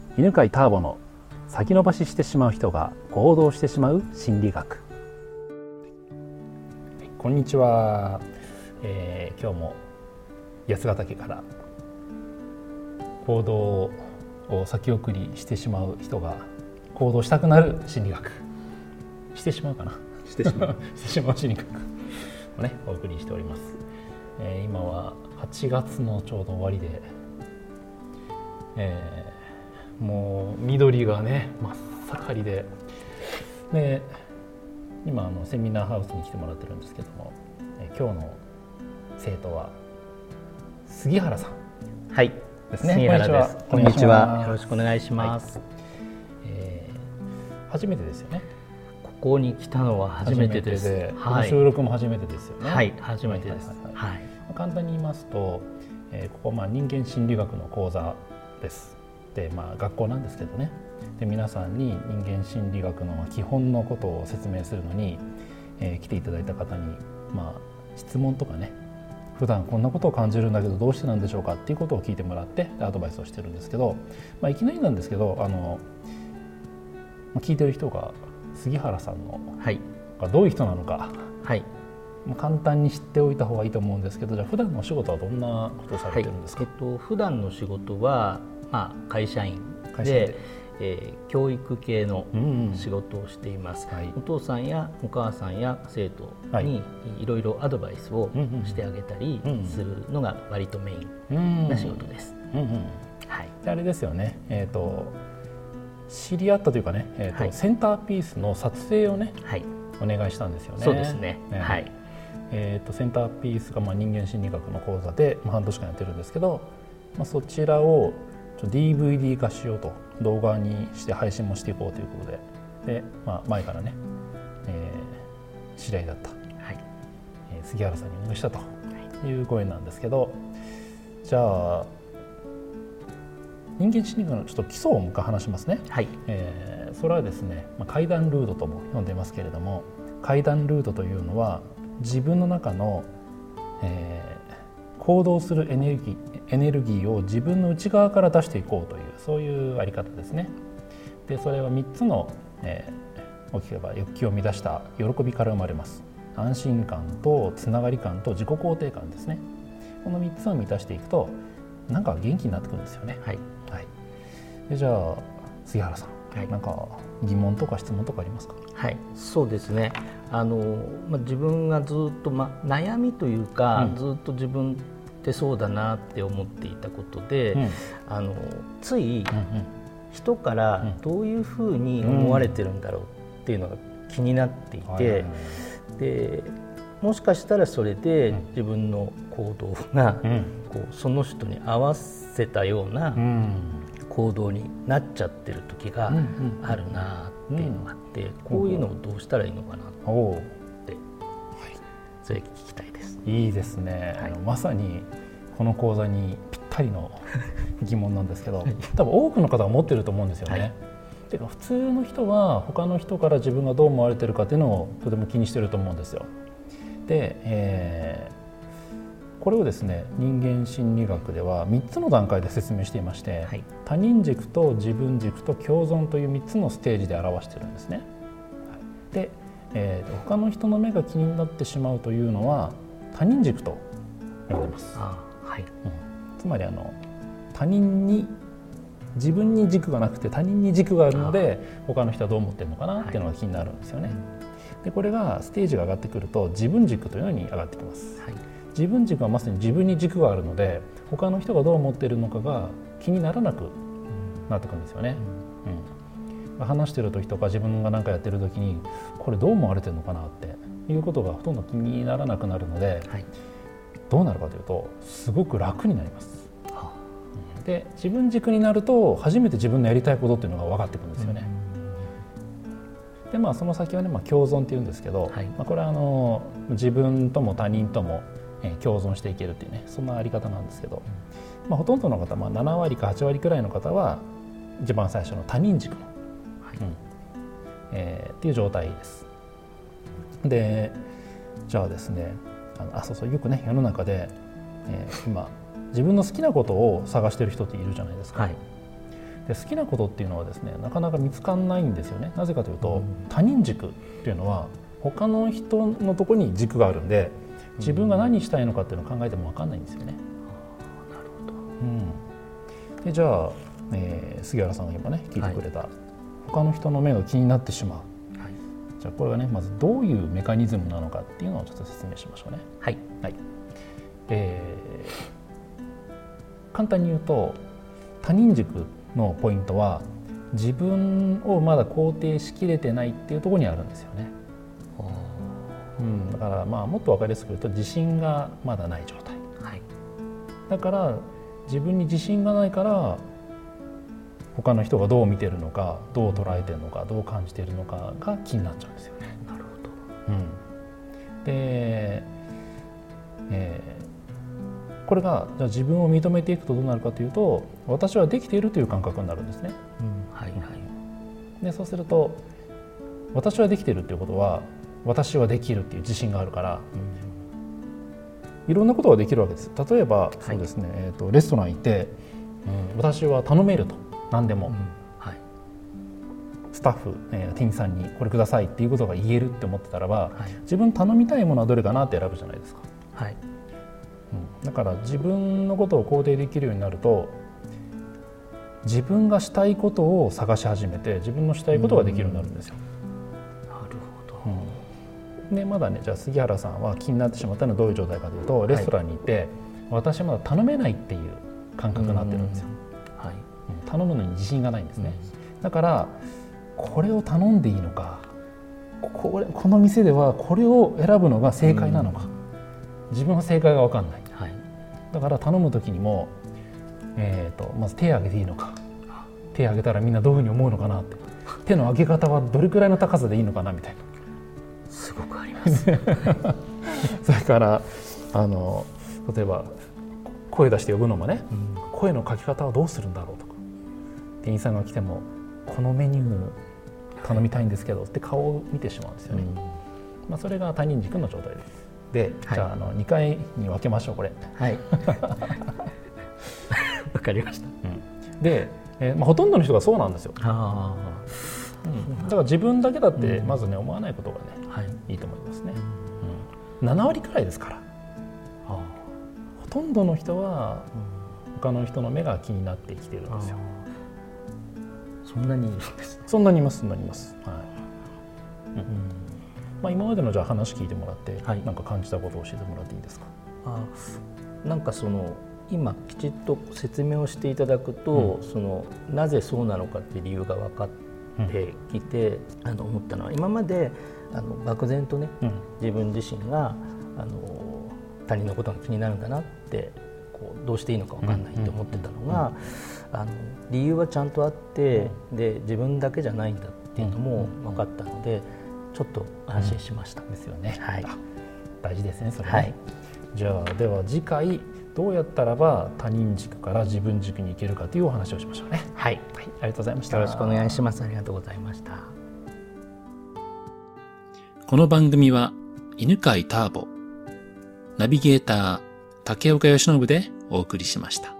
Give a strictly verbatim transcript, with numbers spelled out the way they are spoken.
犬飼ターボの先延ばししてしまう人が行動してしまう心理学。こんにちは、えー、今日も八ヶ岳から行動を先送りしてしまう人が行動したくなる心理学、してしまうかなしてしまうしてしまう心理学をねお送りしております。えー、今ははちがつのちょうど終わりで、えーもう緑がね真っ盛りで、で今あのセミナーハウスに来てもらってるんですけども、え今日の生徒は杉原さんはいですね。 杉原です。こんにちは。よろしくお願いします。 はい、えー、初めてですよね。 ここに来たのは初めてです。 ではい、 収録も初めてですよね。 はい初めてです。 はいはいはいはい、 簡単に言いますと、えー、ここはまあ人間心理学の講座です。でまあ、学校なんですけどね。で皆さんに人間心理学の基本のことを説明するのに、えー、来ていただいた方に、まあ、質問とかね、普段こんなことを感じるんだけどどうしてなんでしょうかっていうことを聞いてもらってアドバイスをしてるんですけど、まあ、いきなりなんですけど、あの聞いてる人が杉原さんの、はい、がどういう人なのか、はい、簡単に知っておいた方がいいと思うんですけど、じゃあ普段のお仕事はどんなことをされてるんですか？ はい、えっと、普段の仕事はまあ、会社員 で, 会社員で、 えー、教育系の仕事をしています、うんうん、はい、お父さんやお母さんや生徒にいろいろアドバイスをしてあげたりするのが割とメインな仕事です。 あれですよね、えーと、知り合ったというかね、えーとはい、センターピースの撮影をね、はい、お願いしたんですよね。 そうですね、 ね、 はい、 えーと、センターピースがまあ人間心理学の講座で、まあ、半年間やってるんですけど、まあ、そちらをディーブイディー 化しようと、動画にして配信もしていこうということで、で、まあ、前からね、えー、知り合いだった、はい、えー、杉原さんにお願いしたというご縁なんですけど、じゃあ人間心理学のちょっと基礎をもう一回話しますね。はい、えー、それはですね、まあ、階段ルートとも呼んでいますけれども、階段ルートというのは自分の中の、えー行動するエネルギー、エネルギーを自分の内側から出していこうという、そういうあり方ですね。でそれはみっつの、えー、大きく言えば欲求を満たした喜びから生まれます。安心感とつながり感と自己肯定感ですね。このみっつを満たしていくとなんか元気になってくるんですよね。はいはい、でじゃあ杉原さん、はい、なんか疑問とか質問とかありますか？ はい、そうですね。あのまあ、自分がずっと、まあ、悩みというか、うん、ずっと自分ってそうだなって思っていたことで、うん、あのつい人からどういうふうに思われてるんだろうっていうのが気になっていて、うん、でもしかしたらそれで自分の行動が、うん、こうその人に合わせたような行動になっちゃってる時があるなっていうのがあって、うん、こういうのをどうしたらいいのかなって、はい、それ聞きたいです。 いいですね、はい、まさにこの講座にぴったりの疑問なんですけど、多分多くの方が持ってると思うんですよね。はい、てか普通の人は他の人から自分がどう思われてるかっていうのをとても気にしてると思うんですよ。で、えー、これをですね人間心理学ではみっつの段階で説明していまして、はい、他人軸と自分軸と共存というみっつのステージで表してるんですね。で、えー、他の人の目が気になってしまうというのは他人軸と呼んでます。あ、はい、うん、つまりあの他人に自分に軸がなくて他人に軸があるので他の人はどう思ってるのかなっていうのが気になるんですよね。はい、でこれがステージが上がってくると自分軸というのに上がってきます。はい、自分軸はまさに自分に軸があるので他の人がどう思っているのかが気にならなくなってくるんですよね。うんうん、話してる時とか自分が何かやってる時にこれどう思われてるのかなっていうことがほとんど気にならなくなるので、はい、どうなるかというとすごく楽になります。はあ、で自分軸になると初めて自分のやりたいことっていうのが分かってくるんですよね。でまあその先はね、まあ、共存っていうんですけど、はい、まあ、これはあの自分とも他人とも、えー、共存していけるっていうね、そんなあり方なんですけど、まあ、ほとんどの方、まあ、ななわりかはちわりくらいの方は一番最初の他人軸の、はい、うん、えー、っていう状態です。でじゃあですね、あのあそうそうよくね世の中で、えー、今自分の好きなことを探してる人っているじゃないですか。はい、 で好きなことっていうのはですねなかなか見つかんないんですよね。なぜかというと、うん、他人軸っていうのは他の人のところに軸があるんで自分が何したいのかっていうのを考えても分かんないんですよね。 うん、なるほど、 うん、でじゃあ、えー、杉原さんが今ね聞いてくれた、はい、他の人の目が気になってしまう、はい、じゃあこれはねまずどういうメカニズムなのかっていうのをちょっと説明しましょうね。 はい、 はいえー、簡単に言うと他人軸のポイントは自分をまだ肯定しきれてないっていうところにあるんですよね。うん、だからまあもっと分かりやすく言うと自信がまだない状態、はい、だから自分に自信がないから他の人がどう見てるのかどう捉えてるのかどう感じているのかが気になっちゃうんですよね。 なるほど、 うん、で、えー、これがじゃあ自分を認めていくとどうなるかというと私はできているという感覚になるんですね。 うんはいはい、 でそうすると私はできているということは私はできるっていう自信があるから、うん、いろんなことができるわけです。例えば、はい、そうですね、えーと、レストラン行って、うん、私は頼めると何でも、うんはい、スタッフ、えー、店員さんにこれくださいっていうことが言えるって思ってたらば、はい、自分頼みたいものはどれかなって選ぶじゃないですか、はいうん、だから自分のことを肯定できるようになると自分がしたいことを探し始めて自分のしたいことができるようになるんですよ。 なるほど、 うん、でまだねじゃあ杉原さんは気になってしまったのはどういう状態かというとレストランに行って、はい、私はまだ頼めないっていう感覚になってるんですよ、はい、頼むのに自信がないんですね、うん、だからこれを頼んでいいのか こ, れこの店ではこれを選ぶのが正解なのか、うん、自分は正解が分かんない、はい、だから頼む時にも、えー、とまず手を挙げていいのか手を挙げたらみんなどういうふうに思うのかなって手の挙げ方はどれくらいの高さでいいのかなみたいなすごくありますそれからあの例えば声出して呼ぶのもね、うん、声の書き方はどうするんだろうとか店員さんが来てもこのメニュー頼みたいんですけどって顔を見てしまうんですよね、うんまあ、それが他人軸の状態です。で、はい、じゃあ、あのにかいに分けましょうこれはいわかりました、 うん、で、えーまあ、ほとんどの人がそうなんですよ。あ、うん、だから自分だけだってまずね、うん、思わないことがね、はい、いいと思いますね、うん、ななわりくらいですから、あほとんどの人は他の人の目が気になってきてるんですよ。 そんなにいるんですね。 そんなにいますそんなにいます、はいうんうんまあ、今までのじゃあ話聞いてもらって、はい、なんか感じたことを教えてもらっていいですか。 あなんかその今きちっと説明をしていただくと、うん、そのなぜそうなのかっていう理由が分かってきて、うん、あの思ったのは今まであの漠然とね、うん、自分自身があの他人のことが気になるんだなってこうどうしていいのか分かんないって思ってたのが、あの理由はちゃんとあって、うん、で自分だけじゃないんだっていうのも分かったのでちょっと安心しました、うん、ですよね、はい、 大事ですねそれね、はい、じゃあでは次回どうやったらば他人軸から自分軸に行けるかというお話をしましょうね。 はい、 はい、ありがとうございました。 よろしくお願いします。ありがとうございました。 この番組は犬飼ターボ、ナビゲーター竹岡由伸でお送りしました。